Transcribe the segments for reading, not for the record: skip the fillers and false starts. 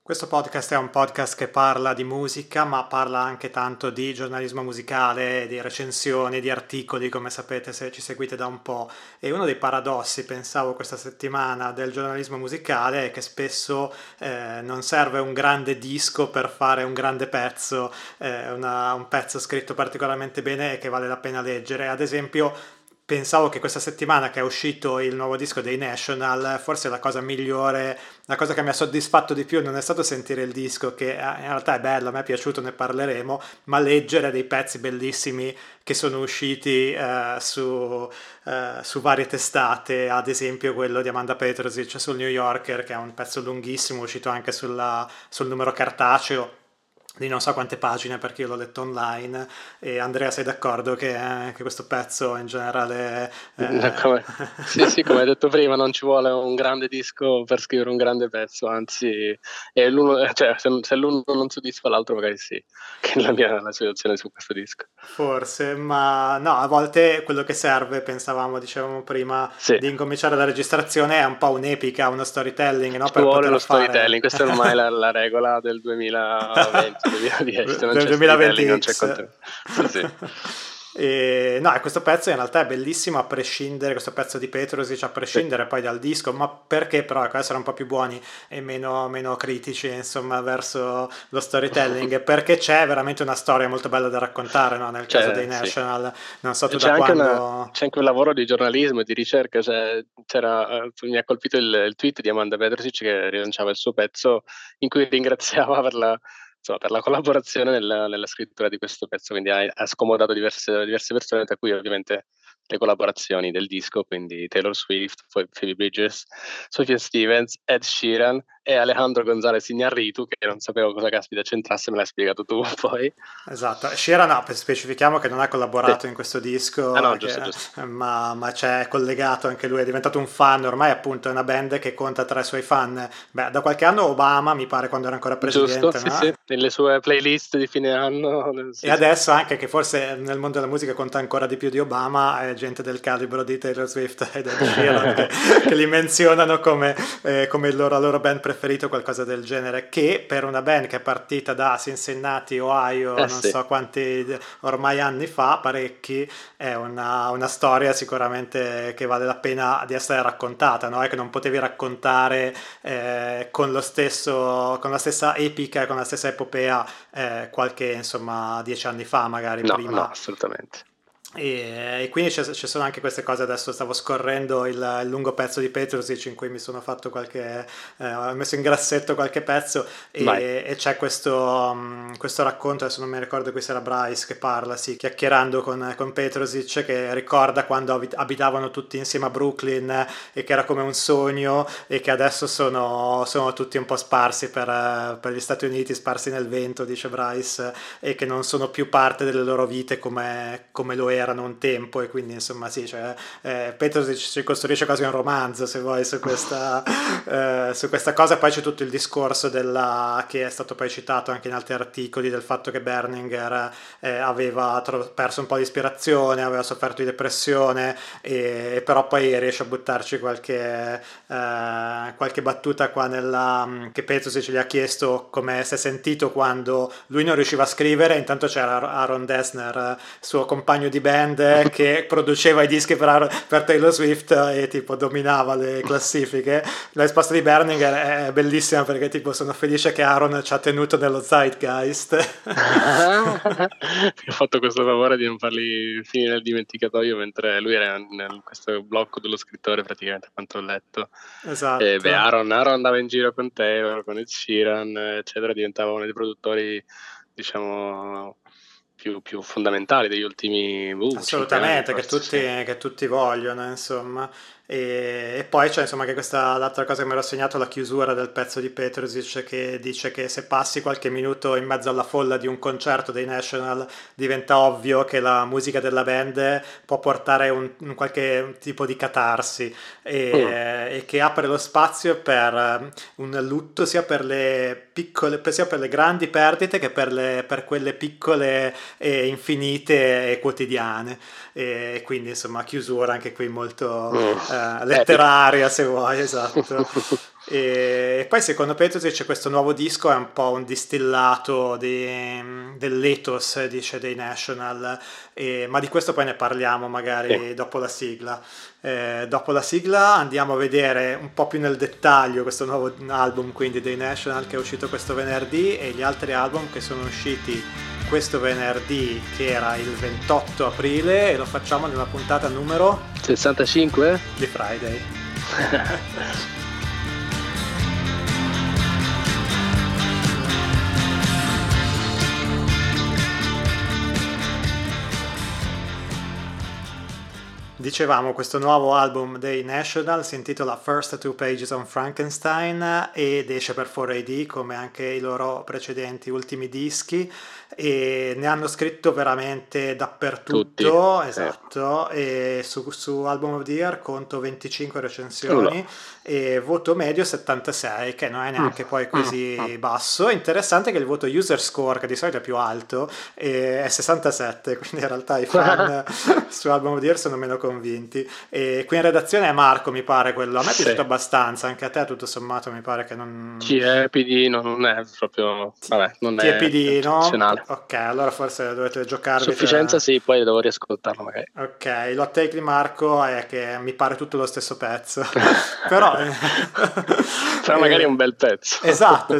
Questo podcast è un podcast che parla di musica, ma parla anche tanto di giornalismo musicale, di recensioni, di articoli, come sapete se ci seguite da un po'. E uno dei paradossi, pensavo questa settimana, del giornalismo musicale è che spesso non serve un grande disco per fare un grande pezzo, un pezzo scritto particolarmente bene e che vale la pena leggere. Ad esempio, pensavo che questa settimana che è uscito il nuovo disco dei National, forse la cosa migliore, la cosa che mi ha soddisfatto di più non è stato sentire il disco, che in realtà è bello, a me è piaciuto, ne parleremo, ma leggere dei pezzi bellissimi che sono usciti su varie testate, ad esempio quello di Amanda Petrosic sul New Yorker, che è un pezzo lunghissimo, uscito anche sul numero cartaceo di non so quante pagine perché io l'ho letto online. E Andrea, sei d'accordo che questo pezzo in generale Sì, sì, come hai detto prima, non ci vuole un grande disco per scrivere un grande pezzo, anzi, è l'uno, cioè, se l'uno non soddisfa l'altro, magari sì, che è la situazione su questo disco. forse, ma no, a volte quello che serve, pensavamo, dicevamo prima, Sì, di incominciare la registrazione è un po' un'epica, uno storytelling, no? ci Per vuole poter lo fare storytelling, questa è ormai la regola del 2020-2010, se non del c'è storytelling non c'è 2020X. contenuto. Sì, sì. E, no, e questo pezzo in realtà è bellissimo a prescindere, questo pezzo di Petrosic a Sì. prescindere poi dal disco, ma perché però ecco, essere un po' più buoni e meno critici insomma verso lo storytelling, perché c'è veramente una storia molto bella da raccontare, no? Nel caso dei Sì. National, non so tu C'è da anche, quando... c'è anche un lavoro di giornalismo e di ricerca, cioè, mi ha colpito il tweet di Amanda Petrosic che rilanciava il suo pezzo in cui ringraziava insomma, per la collaborazione nella scrittura di questo pezzo, quindi ha scomodato diverse persone, tra cui ovviamente le collaborazioni del disco, quindi Taylor Swift, Phoebe Bridgers, Sufjan Stevens, Ed Sheeran e Alejandro González Iñárritu, che non sapevo cosa caspita c'entrasse, me l'hai spiegato tu poi. Esatto, Sheeran no, specifichiamo che non ha Sì. collaborato in questo Ah disco, no, giusto, giusto. ma c'è collegato anche lui, è diventato un fan, ormai appunto è una band che conta tra i suoi fan. Beh, da qualche anno Obama, mi pare, quando era ancora Giusto, presidente, sì, no? sì, nelle sue playlist di fine anno, E sì, sì. adesso anche che forse nel mondo della musica conta ancora di più di Obama, è gente del calibro di Taylor Swift ed Ed Sheeran che li menzionano come la loro band preferito, qualcosa del genere, che per una band che è partita da Cincinnati, Ohio, Eh non sì, so quanti ormai anni fa, parecchi, è una storia sicuramente che vale la pena di essere raccontata, no? È che non potevi raccontare con la stessa epica, con la stessa epopea qualche insomma 10 anni fa magari no, no, prima assolutamente. e quindi ci sono anche queste cose. Adesso stavo scorrendo il lungo pezzo di Petrosic in cui mi sono fatto ho messo in grassetto qualche pezzo Vai. e c'è questo racconto, adesso non mi ricordo qui se era Bryce che parla, sì, chiacchierando con Petrosic, che ricorda quando abitavano tutti insieme a Brooklyn e che era come un sogno e che adesso sono tutti un po' sparsi per gli Stati Uniti, sparsi nel vento, dice Bryce, e che non sono più parte delle loro vite come lo erano un tempo. E quindi insomma sì, cioè, Petrosic ci costruisce quasi un romanzo se vuoi su questa cosa. Poi c'è tutto il discorso che è stato poi citato anche in altri articoli, del fatto che Berninger aveva perso un po' di ispirazione, aveva sofferto di depressione e però poi riesce a buttarci qualche battuta qua che Petrosic gli ha chiesto come si è sentito quando lui non riusciva a scrivere, intanto c'era Aaron Dessner, suo compagno di band, che produceva i dischi per Taylor Swift e tipo dominava le classifiche. La risposta di Berninger è bellissima perché tipo sono felice che Aaron ci ha tenuto nello zeitgeist. Mi ha fatto questo favore di non farli finire nel dimenticatoio mentre lui era in questo blocco dello scrittore, praticamente, a quanto ho letto. E beh, Esatto. Aaron andava in giro con Taylor, con Ed Sheeran, eccetera, diventava uno dei produttori, diciamo, più fondamentali degli ultimi 5 anni, Assolutamente, che forse, tutti, sì. che tutti vogliono, insomma. E poi c'è insomma che l'altra cosa che mi ero segnato, la chiusura del pezzo di Petrosic, che dice che se passi qualche minuto in mezzo alla folla di un concerto dei National diventa ovvio che la musica della band può portare un qualche tipo di catarsi Mm. e che apre lo spazio per un lutto sia per le piccole, sia per le grandi perdite che per quelle piccole e infinite e quotidiane. E quindi insomma chiusura anche qui molto Mm. Epic. letteraria se vuoi, esatto. E poi secondo Petrosic c'è questo nuovo disco, è un po' un distillato dell'ethos, dice, dei National, ma di questo poi ne parliamo Sì. magari dopo la sigla. Dopo la sigla andiamo a vedere un po' più nel dettaglio questo nuovo album quindi dei National che è uscito questo venerdì e gli altri album che sono usciti questo venerdì che era il 28 aprile e lo facciamo nella puntata numero 65? di Friday. Dicevamo, questo nuovo album dei National si intitola First Two Pages on Frankenstein ed esce per 4AD come anche i loro precedenti ultimi dischi e ne hanno scritto veramente Tutti. dappertutto, Sì. esatto, e su Album of the Year conto 25 Ulla. recensioni e voto medio 76, che non è neanche poi così basso. Interessante che il voto user score, che di solito è più alto, è 67, quindi in realtà i fan su Album of the Year sono meno convinti. E qui in redazione è Marco, mi pare, quello. A me è Sì. piaciuto abbastanza, anche a te tutto sommato mi pare che non... Tiepidino, non è proprio... Vabbè, non è Tiepidino? eccezionale. Ok, allora forse dovete giocarvi Sufficienza sì, poi devo riascoltarlo magari. Ok, l'hot take di Marco è che mi pare tutto lo stesso pezzo, però... Però magari è un bel pezzo. Esatto.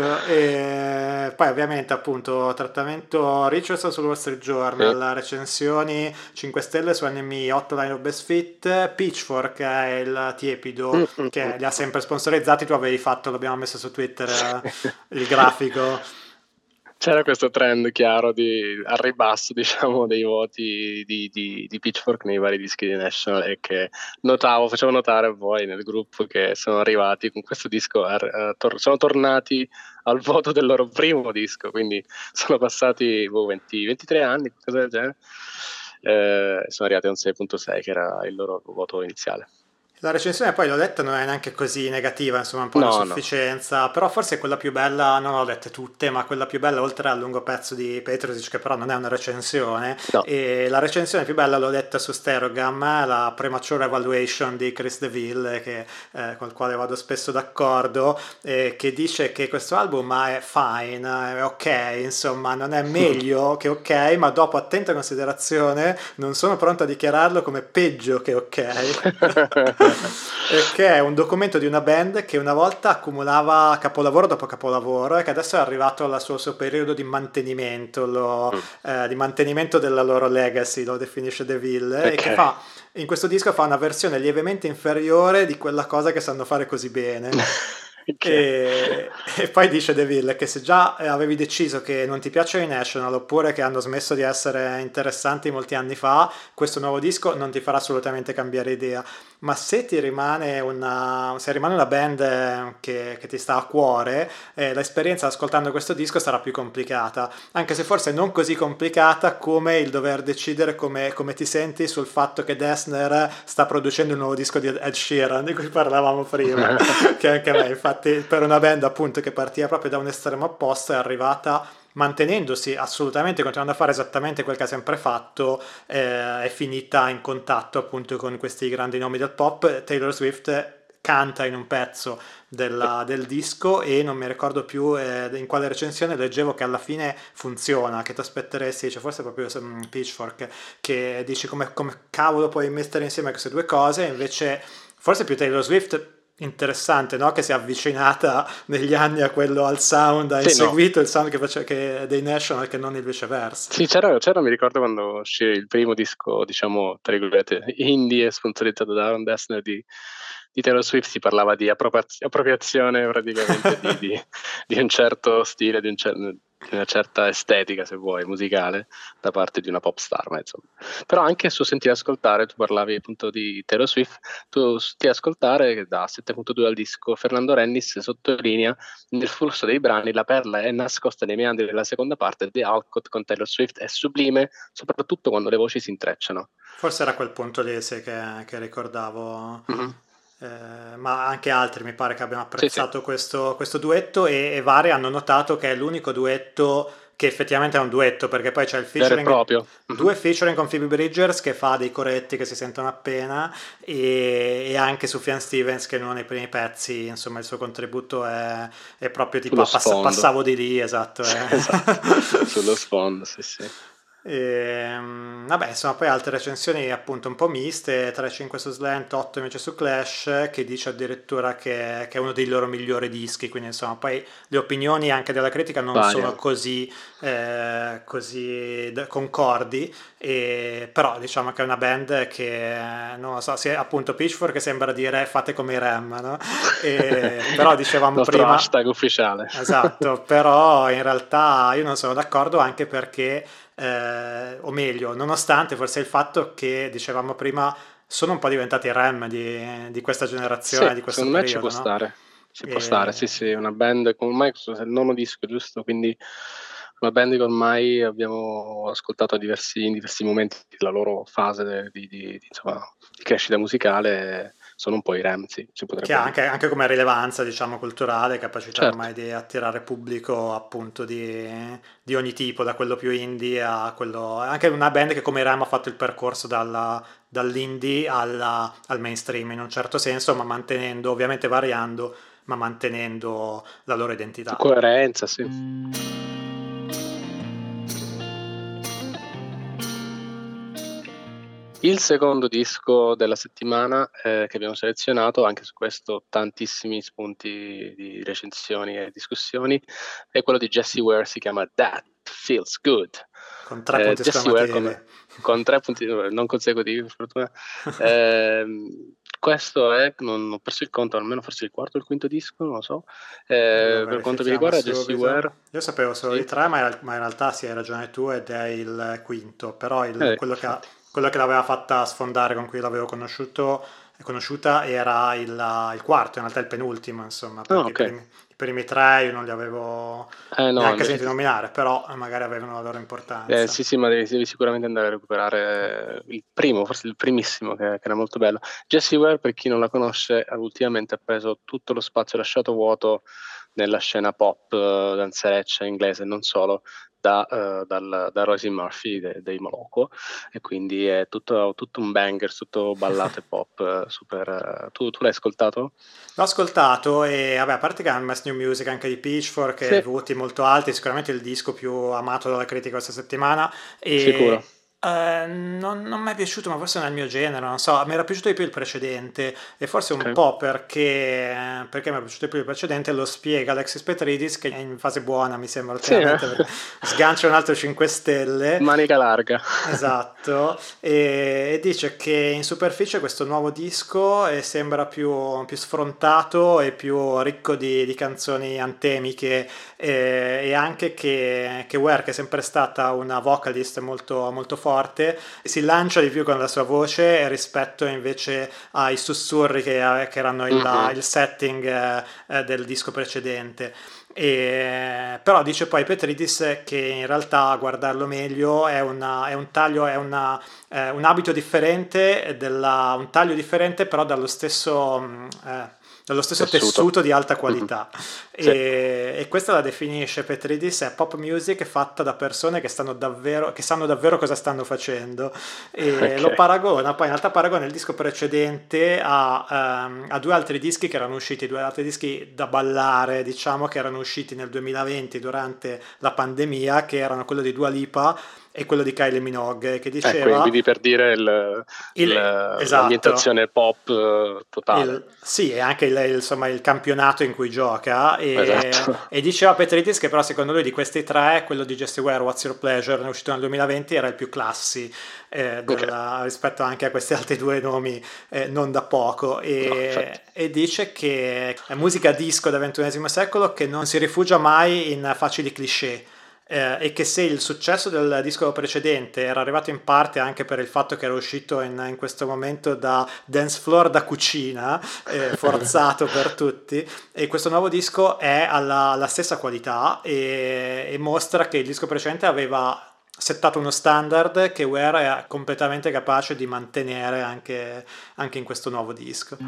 E poi ovviamente appunto trattamento Richardson sul Wall Street Journal, recensioni 5 stelle su NME, 8 line of best fit, Pitchfork è il tiepido che li ha sempre sponsorizzati, tu avevi fatto, l'abbiamo messo su Twitter, il grafico. C'era questo trend chiaro al ribasso, diciamo, dei voti di Pitchfork nei vari dischi di National e che facevo notare poi nel gruppo che sono arrivati con questo disco, sono tornati al voto del loro primo disco, quindi sono passati 23 anni, cosa del genere, sono arrivati a un 6.6 che era il loro voto iniziale. La recensione poi l'ho letta, non è neanche così negativa, insomma un po' a sufficienza, però forse quella più bella, non l'ho lette tutte, ma quella più bella oltre al lungo pezzo di Petrosic che però non è una recensione, e la recensione più bella l'ho letta su Sterogam, la Premature Evaluation di Chris DeVille, col quale vado spesso d'accordo, che dice che questo album è fine, è ok, insomma non è meglio che ok, ma dopo attenta considerazione non sono pronto a dichiararlo come peggio che ok. Che è un documento di una band che una volta accumulava capolavoro dopo capolavoro e che adesso è arrivato al suo periodo di mantenimento, di mantenimento della loro legacy, lo definisce DeVille, e che in questo disco fa una versione lievemente inferiore di quella cosa che sanno fare così bene. E poi dice DeVille che se già avevi deciso che non ti piacciono i National oppure che hanno smesso di essere interessanti molti anni fa, questo nuovo disco non ti farà assolutamente cambiare idea, ma se rimane una band che ti sta a cuore, l'esperienza ascoltando questo disco sarà più complicata, anche se forse non così complicata come il dover decidere come ti senti sul fatto che Dessner sta producendo un nuovo disco di Ed Sheeran, di cui parlavamo prima, che anche a me infatti per una band appunto che partiva proprio da un estremo opposto è arrivata mantenendosi assolutamente, continuando a fare esattamente quel che ha sempre fatto, è finita in contatto appunto con questi grandi nomi del pop. Taylor Swift canta in un pezzo del disco e non mi ricordo più in quale recensione leggevo che alla fine funziona, che ti aspetteresti, cioè forse proprio Pitchfork, che dici come cavolo puoi mettere insieme queste due cose, invece forse più Taylor Swift. Interessante, no? Che si è avvicinata negli anni a quello, al sound, ha inseguito il sound che dei National che non il viceversa. Sì, c'era, mi ricordo quando uscì il primo disco, diciamo, tra virgolette, indie sponsorizzato da Aaron Dessner di Taylor Swift, si parlava di appropriazione praticamente di un certo stile, di una certa estetica, se vuoi, musicale, da parte di una pop star, ma insomma. Però anche su Sentire Ascoltare, tu parlavi appunto di Taylor Swift, tu Sentire Ascoltare, che da 7.2 al disco, Fernando Rennis sottolinea: nel flusso dei brani la perla è nascosta nei meandri della seconda parte, The Alcott con Taylor Swift è sublime, soprattutto quando le voci si intrecciano. Forse era quel punto lì che ricordavo. Ma anche altri mi pare che abbiano apprezzato questo duetto e vari hanno notato che è l'unico duetto che effettivamente è un duetto, perché poi c'è il vero e featuring, proprio. due featuring con Phoebe Bridgers che fa dei coretti che si sentono appena, e anche Sufjan Stevens che in uno dei primi pezzi, insomma il suo contributo è proprio tipo Sullo sfondo. passavo di lì, esatto. Esatto, sullo sfondo, sì, sì. Vabbè, insomma, poi altre recensioni appunto un po' miste, 3,5 su Slant, 8 invece su Clash, che dice addirittura che è uno dei loro migliori dischi, quindi insomma, poi le opinioni anche della critica non sono Variano. così concordi, però diciamo che è una band che, non lo so, appunto Pitchfork che sembra dire fate come i Rem, no? Però dicevamo Nostro prima... hashtag ufficiale. Esatto, però in realtà io non sono d'accordo anche perché, o meglio, nonostante forse il fatto che dicevamo prima sono un po' diventati i REM di questa generazione, Sì, di questo secondo me ci può periodo, no? stare. Ci può stare, sì, E- sì, una band con ormai questo è il nono disco, giusto? Quindi una band che ormai abbiamo ascoltato in diversi momenti della loro fase insomma, di crescita musicale, sono un po' i Ramsey, si che potrebbe ha dire. anche come rilevanza, diciamo, culturale, capacità Certo, ormai di attirare pubblico appunto di ogni tipo, da quello più indie a quello... Anche una band che come i Rem ha fatto il percorso dall'indie al mainstream in un certo senso, ma mantenendo, ovviamente variando, ma mantenendo la loro identità. coerenza, sì. Il secondo disco della settimana, che abbiamo selezionato, anche su questo tantissimi spunti di recensioni e discussioni, è quello di Jessie Ware, si chiama That Feels Good. Con 3 punti Jessie Ware esclamativi. con 3 punti non consecutivi per fortuna. Questo è non ho perso il conto, almeno forse il quarto o il quinto disco, non lo so. Lo Per quanto mi verifichiamo riguarda Jessie subito. Ware Io sapevo solo sì, di 3, ma in realtà sì, hai ragione tu ed è il quinto, però infatti. quello che l'aveva fatta sfondare, con cui l'avevo conosciuta, era il quarto, in realtà il penultimo, insomma, Ah, perché okay. i primi tre io non li avevo No, neanche invece sentiti nominare, però magari avevano la loro importanza. sì, sì, ma devi sicuramente andare a recuperare il primo, forse il primissimo che era molto bello. Jessie Ware, per chi non la conosce, ultimamente ha preso tutto lo spazio lasciato vuoto nella scena pop, danzereccia inglese, non solo, da Roisin Murphy dei Moloko, e quindi è tutto un banger, tutto ballate pop, super. Tu l'hai ascoltato? L'ho ascoltato e vabbè, a parte che ha messo New Music anche di Pitchfork, Sì, voti molto alti, sicuramente il disco più amato dalla critica questa settimana sicuro. e non mi è piaciuto, ma forse non è il mio genere, non so, mi era piaciuto di più il precedente e forse un Okay. po' perché mi è piaciuto di più il precedente lo spiega Alexis Petridis che è in fase buona mi sembra Sì, ultimamente perché sgancia un altro 5 stelle. manica larga. Esatto, e dice che in superficie questo nuovo disco sembra più sfrontato e più ricco di canzoni antemiche, e anche che Ware, che è sempre stata una vocalist molto, molto forte, si lancia di più con la sua voce rispetto invece ai sussurri che erano Mh-mh. il setting del disco precedente. Però dice poi Petridis che in realtà a guardarlo meglio è un taglio, un abito differente, un taglio differente però dallo stesso Tessuto. tessuto di alta Mh-mh. qualità. Sì, E questa la definisce Petridis, è pop music fatta da persone che sanno davvero cosa stanno facendo. E lo okay. paragona, poi in realtà paragona il disco precedente a due altri dischi che erano usciti, due altri dischi da ballare, diciamo, che erano usciti nel 2020 durante la pandemia, che erano quello di Dua Lipa e quello di Kylie Minogue, che diceva Quindi per dire esatto. l'ambientazione pop totale. Sì, e anche insomma, il campionato in cui gioca Esatto. e diceva Petridis che però secondo lui di questi tre quello di Jessie Ware, What's Your Pleasure, è uscito nel 2020, era il più classy Okay. rispetto anche a questi altri due nomi non da poco No, infatti. e dice che è musica disco del XXI secolo che non si rifugia mai in facili cliché, e che se il successo del disco precedente era arrivato in parte anche per il fatto che era uscito in questo momento da dance floor da cucina, forzato per tutti, e questo nuovo disco è alla stessa qualità e mostra che il disco precedente aveva settato uno standard che Ware è completamente capace di mantenere anche in questo nuovo disco.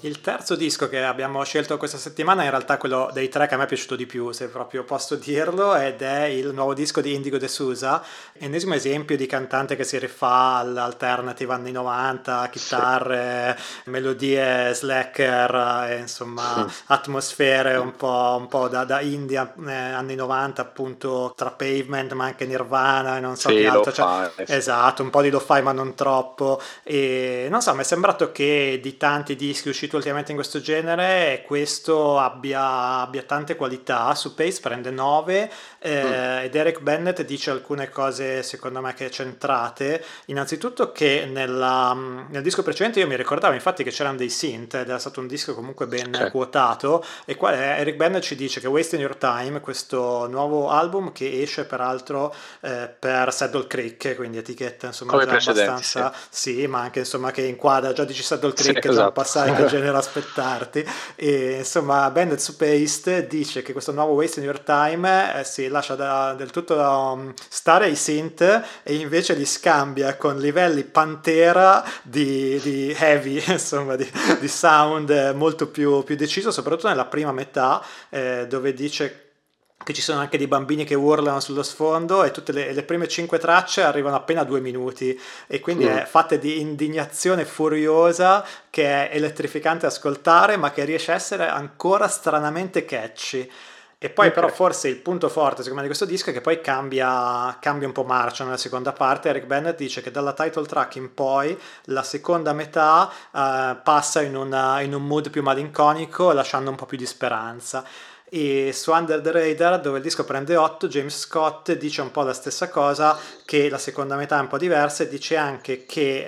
Il terzo disco che abbiamo scelto questa settimana è in realtà quello dei tre che a me è piaciuto di più, se proprio posso dirlo, ed è il nuovo disco di Indigo De Souza, ennesimo esempio di cantante che si rifà all'alternative anni 90, Sì. chitarre, melodie slacker, insomma atmosfere un po' da India anni 90, appunto tra Pavement ma anche Nirvana e non so che Sì, lo altro, cioè, fa. Sì. esatto, un po' di lo-fi ma non troppo. E non so, mi è sembrato che di tanti dischi usciti ultimamente in questo genere, questo abbia tante qualità. Su Pace prende 9 Mm, ed Eric Bennett dice alcune cose secondo me che centrate. Innanzitutto che nel disco precedente io mi ricordavo infatti che c'erano dei synth ed era stato un disco comunque ben ok. quotato e qua Eric Bennett ci dice che Wasting Your Time, questo nuovo album che esce peraltro per Saddle Creek, quindi etichetta insomma Come i già precedenti, sì. abbastanza sì, ma anche insomma che inquadra, già dici Saddle Sì, Creek, già un po' esatto. sai che genere aspettarti. E insomma Bandit su Paste dice che questo nuovo Wasting Your Time si lascia del tutto stare ai synth e invece li scambia con livelli Pantera di heavy, insomma di sound molto più deciso, soprattutto nella prima metà dove dice che ci sono anche dei bambini che urlano sullo sfondo e tutte le prime 5 tracce arrivano appena a 2 minuti e quindi Mm, è fatta di indignazione furiosa che è elettrificante ascoltare ma che riesce a essere ancora stranamente catchy. E poi ok. però forse il punto forte secondo me di questo disco è che poi cambia un po' marcia nella seconda parte. Eric Bennett dice che dalla title track in poi la seconda metà passa in un mood più malinconico lasciando un po' più di speranza. E su Under the Radar, dove il disco prende 8, James Scott dice un po' la stessa cosa, che la seconda metà è un po' diversa e dice anche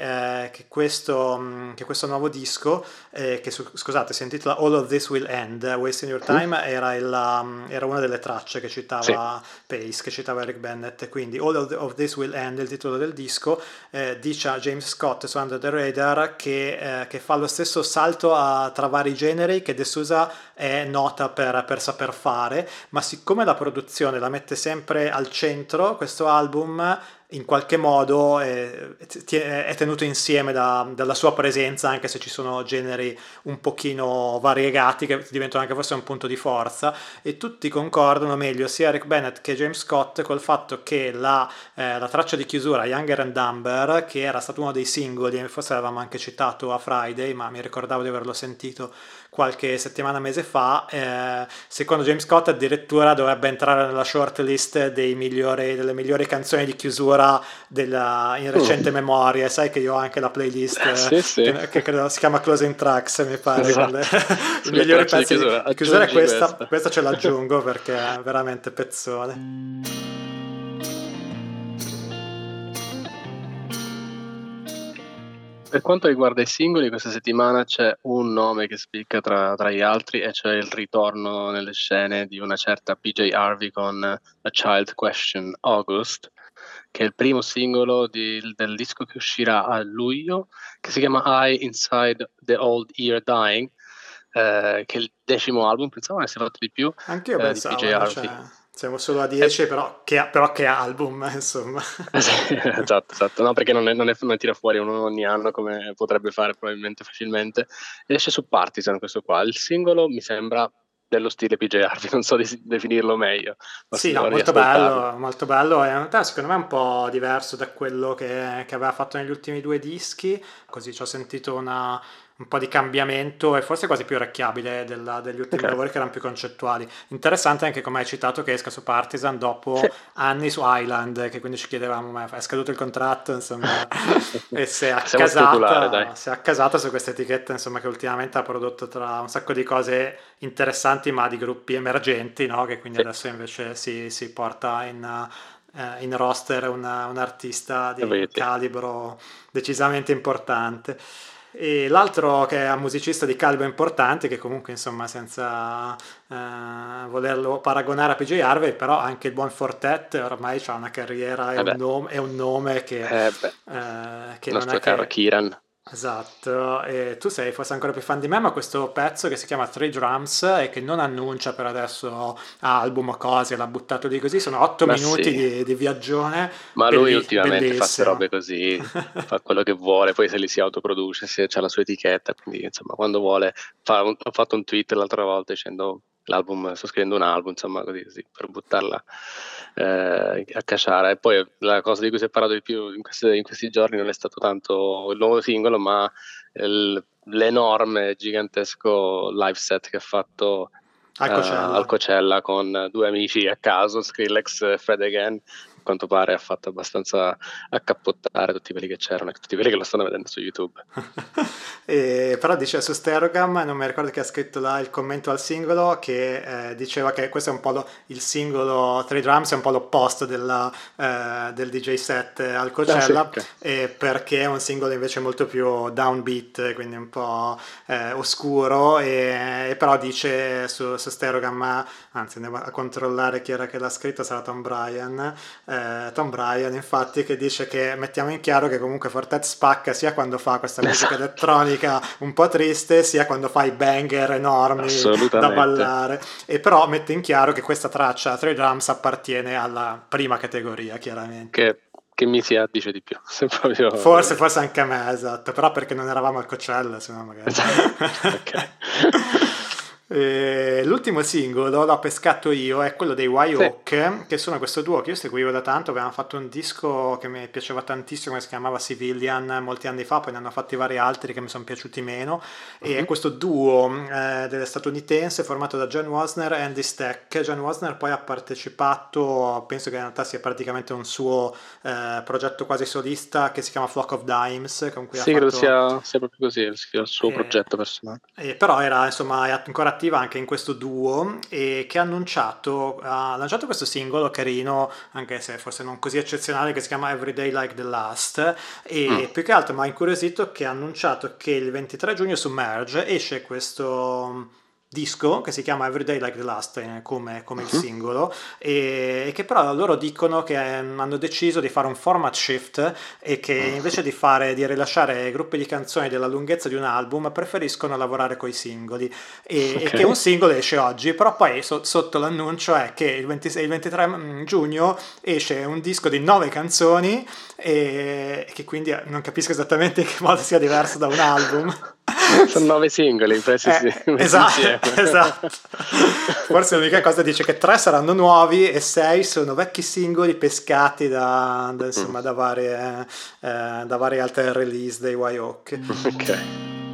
che questo nuovo disco, scusate, si intitola All of This Will End, Wasting Your Mm, Time era una delle tracce che sì. citava Pace, che citava Eric Bennett, quindi of This Will End, il titolo del disco, dice a James Scott su Under the Radar che fa lo stesso salto tra vari generi che De Souza è nota per saper fare, ma siccome la produzione la mette sempre al centro, questo album in qualche modo è tenuto insieme dalla sua presenza, anche se ci sono generi un pochino variegati che diventano anche forse un punto di forza, e tutti concordano, meglio sia Eric Bennett che James Scott, col fatto che la traccia di chiusura Younger and Dumber, che era stato uno dei singoli, forse l'avevamo anche citato a Friday, ma mi ricordavo di averlo sentito qualche settimana, mese fa, secondo James Scott addirittura dovrebbe entrare nella shortlist delle migliori canzoni di chiusura in recente Mm, memoria. Sai che io ho anche la playlist sì, sì, che credo si chiama Closing Tracks, mi pare, con esatto. i Sulle migliori tracce di pezzi chiusura, di chiusura, e aggiungi questa, questa. questa ce l'aggiungo perché è veramente pezzone. Per quanto riguarda i singoli, questa settimana c'è un nome che spicca tra gli altri, e cioè il ritorno nelle scene di una certa PJ Harvey con A Child Question August, che è il primo singolo del disco che uscirà a luglio, che si chiama I Inside the Old Year Dying, che è il 10° album, pensavo ne sia fatto di più, Anch'io di PJ pensavo, Harvey. invece siamo solo a E 10, però che album, insomma. sì, esatto, esatto. No, perché non tira fuori uno ogni anno come potrebbe fare probabilmente facilmente. Ed esce su Partisan questo qua. Il singolo mi sembra dello stile PJ Harvey, non so definirlo meglio, Sì, forse no, devo riascoltarlo. molto bello, e in realtà secondo me è un po' diverso da quello che aveva fatto negli ultimi due dischi, così ci ho sentito un po' di cambiamento e forse quasi più orecchiabile degli ultimi Ok, lavori che erano più concettuali. Interessante anche come hai citato che esca su Partisan sì. dopo anni su Island, che quindi ci chiedevamo, ma è scaduto il contratto, insomma, e Possiamo speculare, dai. si è accasata su questa etichetta, insomma, che ultimamente ha prodotto tra un sacco di cose interessanti, ma di gruppi emergenti, no? Che quindi Sì, adesso invece si porta in roster un artista e di vedi. calibro decisamente importante. E l'altro che è un musicista di calibro importante, che comunque insomma senza volerlo paragonare a PJ Harvey, però anche il buon Fortet ormai ha una carriera Beh, e un nome beh, che il non è nostro caro che Kiran. Esatto, e tu sei forse ancora più fan di me, ma questo pezzo che si chiama Three Drums e che non annuncia per adesso album o cose, l'ha buttato lì così, sono 8 minuti sì. di viaggione, Ma lui ultimamente fa 'ste bellissimo. robe così, fa quello che vuole, poi se li si autoproduce, se c'ha la sua etichetta, quindi insomma quando vuole ha fatto un tweet l'altra volta dicendo: "L'album sto scrivendo un album", insomma così per buttarla, a caciara. E poi la cosa di cui si è parlato di più in questi giorni non è stato tanto il nuovo singolo, ma l'enorme, gigantesco live set che ha fatto Al al Coachella. Coachella con 2 amici a caso, Skrillex e Fred Again. A quanto pare ha fatto abbastanza accappottare tutti quelli che c'erano e tutti quelli che lo stanno vedendo su YouTube. Però dice su Sterogam, non mi ricordo chi ha scritto là il commento al singolo, che diceva che questo è un po' il singolo Three Drums è un po' l'opposto del DJ set al Ah sì, Coachella, okay. perché è un singolo invece molto più downbeat, quindi un po' oscuro, e però dice su Sterogam, anzi andiamo a controllare chi era che l'ha scritto, sarà Tom Bryan infatti, che dice che mettiamo in chiaro che comunque Fortet spacca sia quando fa questa musica Esatto, elettronica un po' triste, sia quando fa i banger enormi da assolutamente. ballare, e però mette in chiaro che questa traccia Three Drums appartiene alla prima categoria, chiaramente. Che mi si addice di più, se proprio Forse anche a me, esatto, però perché non eravamo al Coachella, se no magari. okay. E l'ultimo singolo l'ho pescato io, è quello dei Sì, Wyok, che sono questo duo che io seguivo da tanto, avevano fatto un disco che mi piaceva tantissimo, che si chiamava Civilian molti anni fa, poi ne hanno fatti vari altri che mi sono piaciuti meno, e è mh-mh, questo duo statunitense formato da John Wasner e Andy Stack. John Wasner poi ha partecipato, penso che in realtà sia praticamente un suo progetto quasi solista che si chiama Flock of Dimes, con cui ha sì, credo fatto sia proprio così, sia il suo eh, progetto personale. però era insomma è ancora attiva anche in questo duo, e che ha lanciato questo singolo carino, anche se forse non così eccezionale, che si chiama Everyday Like the Last, Mh, e più che altro mi ha incuriosito che ha annunciato che il 23 giugno su Merge esce questo disco che si chiama Everyday Like the Last, come il mh-mh, singolo, e che però loro dicono che hanno deciso di fare un format shift, e che invece di rilasciare gruppi di canzoni della lunghezza di un album preferiscono lavorare coi singoli, e che un okay. singolo esce oggi, però poi sotto l'annuncio è che il 23 giugno esce un disco di 9 canzoni, e che quindi non capisco esattamente in che modo sia diverso da un album. Son 9 singoli presi sì, messi insieme. Esatto. Forse l'unica cosa dice che 3 saranno nuovi e 6 sono vecchi singoli pescati Mh, insomma, da varie altre release dei Wyok. okay.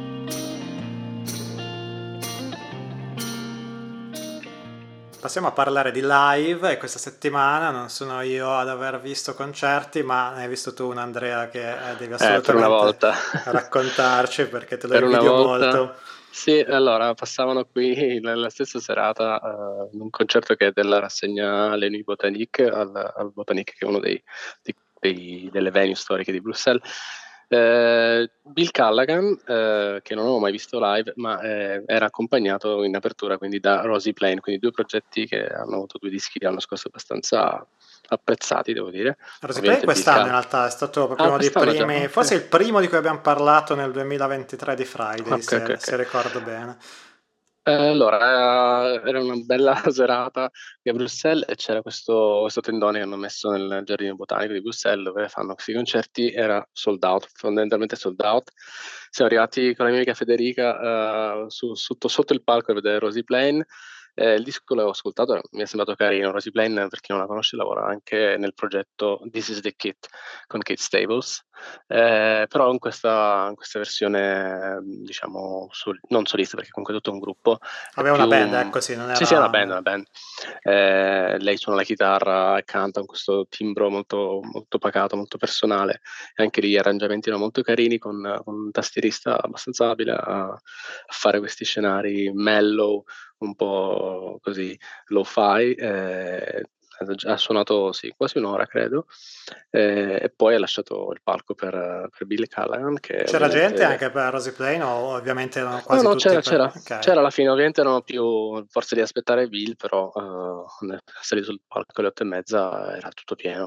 Passiamo a parlare di live, e questa settimana non sono io ad aver visto concerti, ma ne hai visto tu un Andrea che devi Per una assolutamente volta. raccontarci perché te lo Per una invidio volta molto. sì, allora passavano qui nella stessa serata, in un concerto che è della rassegna Les Nuits Botaniques al Botanique, che è uno delle venue storiche di Bruxelles. Bill Callaghan, che non avevo mai visto live, ma, era accompagnato in apertura quindi da Rosie Plain, quindi 2 progetti che hanno avuto 2 dischi l'anno scorso abbastanza apprezzati, devo dire. Rosy Play Ovviamente Bill quest'anno in Call realtà è stato proprio uno dei quest'anno già? primi, Okay. forse il primo di cui abbiamo parlato nel 2023 di Friday, Okay, okay, se okay. ricordo bene. Allora, era una bella serata qui a Bruxelles e c'era questo tendone che hanno messo nel giardino botanico di Bruxelles, dove fanno questi concerti, era sold out, fondamentalmente sold out. Siamo arrivati con la mia amica Federica, sotto il palco a vedere Rosie Plain. Il disco l'avevo ascoltato, mi è sembrato carino. Rosie Plain, per chi non la conosce, lavora anche nel progetto This Is The Kit con Kate Stables. Però in questa versione, diciamo non solista, perché comunque è tutto un gruppo, è Aveva una più band, ecco sì, non sì, sì, è una era. band, è una band. Lei suona la chitarra e canta con questo timbro molto molto pacato, molto personale, e anche lì gli arrangiamenti erano molto carini con un tastierista abbastanza abile a fare questi scenari mellow, un po' così lo-fi, ha suonato sì, quasi un'ora credo, e poi ha lasciato il palco per Bill Callahan che C'era gente ovviamente anche per Rosy Plain o ovviamente erano no, quasi no, tutti c'era, per... c'era, Ok. c'era alla fine, ovviamente erano più forse di aspettare Bill, però salito sul palco alle 8:30 era tutto pieno.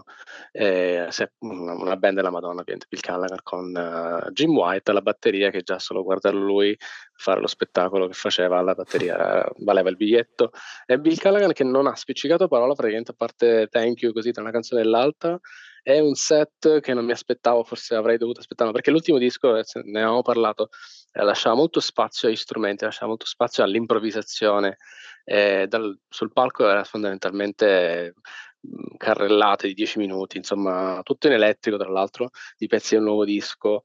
Una band della Madonna, ovviamente, Bill Callahan con Jim White alla batteria, che già solo guardarlo lui fare lo spettacolo che faceva alla batteria valeva il biglietto. E Bill Callahan che non ha spiccicato parola praticamente, a parte Thank You, così tra una canzone e l'altra. È un set che non mi aspettavo, forse avrei dovuto aspettarlo, perché l'ultimo disco, ne avevamo parlato, lasciava molto spazio agli strumenti, lasciava molto spazio all'improvvisazione. Sul palco era fondamentalmente carrellate di 10 minuti, insomma, tutto in elettrico, tra l'altro, di pezzi del nuovo disco,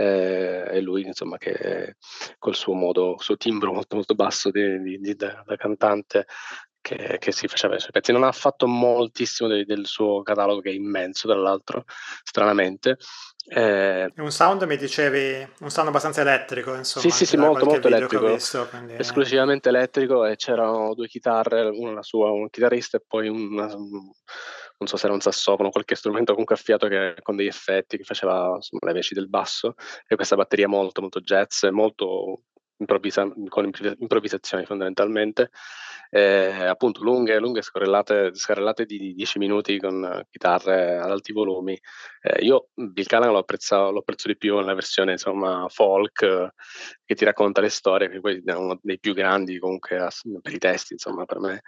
e lui, insomma, che col suo timbro molto, molto basso da cantante, che si faceva i suoi pezzi. Non ha fatto moltissimo del suo catalogo, che è immenso, tra l'altro, stranamente. È un sound, mi dicevi, un sound abbastanza elettrico, Sì, insomma, sì, anche sì, da molto, qualche molto video che ho elettrico, visto, quindi... esclusivamente elettrico, e c'erano 2 chitarre, una la sua, un chitarrista e poi non so se era un sassofono, qualche strumento comunque a fiato con degli effetti, che faceva insomma le veci del basso, e questa batteria molto, molto jazz, molto con improvvisazioni fondamentalmente, appunto lunghe, lunghe scarrellate di 10 minuti con chitarre ad alti volumi. Io Bill Callahan lo apprezzo di più nella versione insomma folk, che ti racconta le storie, che poi è uno dei più grandi comunque per i testi, insomma, per me.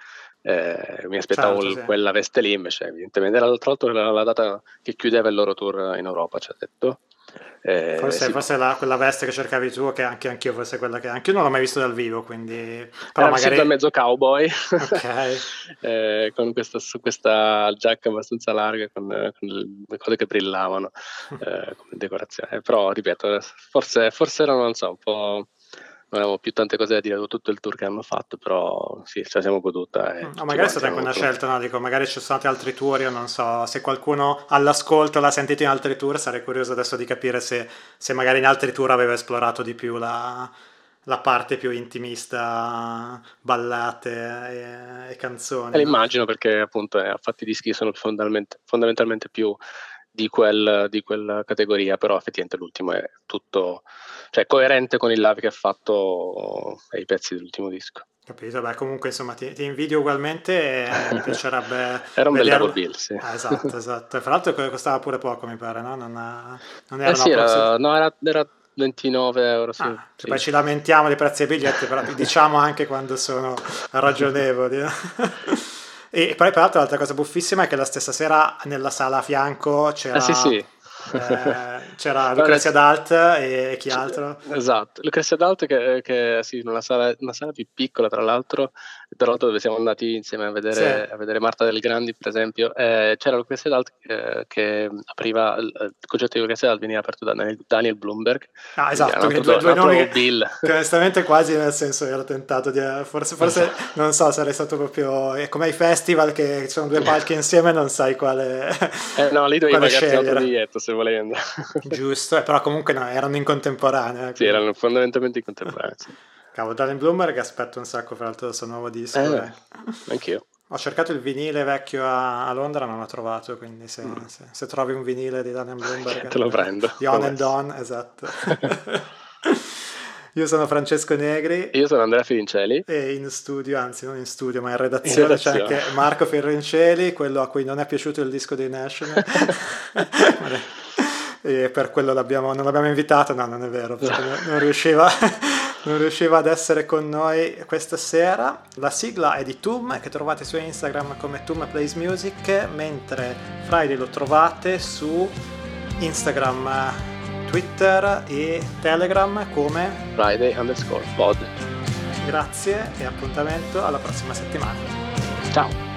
Mi aspettavo Certo, sì. quella veste lì, invece evidentemente era tra l'altro la data che chiudeva il loro tour in Europa, ci ha detto. Forse, Sì, forse quella veste che cercavi tu, che anche anch'io, forse quella che... Anch'io non l'ho mai visto dal vivo, quindi... Però era vestito da magari... mezzo cowboy, Ok. con questa giacca abbastanza larga con le cose che brillavano, come decorazione. Però, ripeto, forse erano, non so, un po'... Non avevo più tante cose da dire dopo tutto il tour che hanno fatto, però sì, ce la siamo goduta e O tutti magari è quanti stata hanno anche una avuto... scelta, no? Dico, magari ci sono stati altri tour, io non so, se qualcuno all'ascolto l'ha sentito in altri tour, sarei curioso adesso di capire se magari in altri tour aveva esplorato di più la parte più intimista, ballate e E canzoni, no? l'immagino, perché appunto ha fatto i dischi che sono fondamentalmente più di quella categoria, però effettivamente l'ultimo è tutto, cioè, coerente con il live che ha fatto e i pezzi dell'ultimo disco. Capito? Beh, comunque insomma ti invidio ugualmente e mi piacerebbe Era un bel double vederlo. bill, sì. Esatto, esatto. Fra l'altro costava pure poco, mi pare, no? Non Eh erano sì, approssimativamente... no, era 29 euro, sì, Ah, che poi sì. ci lamentiamo dei prezzi dei biglietti, però diciamo anche quando sono ragionevoli. No? E poi, peraltro, l'altra cosa buffissima è che la stessa sera nella sala a fianco Ah sì, sì. c'era Guarda, Lucrezia Dalt e chi c altro? esatto. Lucrezia Dalt che sì, in una sala più piccola tra l'altro dove siamo andati insieme Sì. a vedere Marta Del Grandi, per esempio, c'era Lucrezia Dalt che apriva il concerto di Lucrezia Dalt, veniva aperto da Daniel Bloomberg, Ah, quindi era esatto, quindi due un altro nomi double bill. che onestamente quasi nel senso ero tentato di... Forse Esa non so, sarei stato proprio... È come ai festival che ci sono due palchi insieme e non sai no, lì dovevi quale pagarti un altro scegliere. biglietto se volendo. Giusto, però comunque no, erano in contemporanea, Sì, quindi... erano fondamentalmente in contemporanea, sì. Cavolo, Daniel Bloomberg aspetto un sacco fra l'altro il suo nuovo disco. Eh, anch'io. Ho cercato il vinile vecchio a Londra, non l'ho trovato, quindi Mh. se trovi un vinile di Daniel Bloomberg, Te lo prendo, di On and promesso. On, esatto. Io sono Francesco Negri Io sono Andrea Firincelli, e in studio, anzi non in studio, ma in in redazione c'è redazione. anche Marco Ferrinceli, quello a cui non è piaciuto il disco dei National. E per quello non l'abbiamo invitato, no, non è vero, perché non riusciva, non riusciva ad essere con noi questa sera. La sigla è di Tum, che trovate su Instagram come Tum Plays Music, mentre Friday lo trovate su Instagram, Twitter e Telegram come Friday_pod. Grazie e appuntamento alla prossima settimana. Ciao.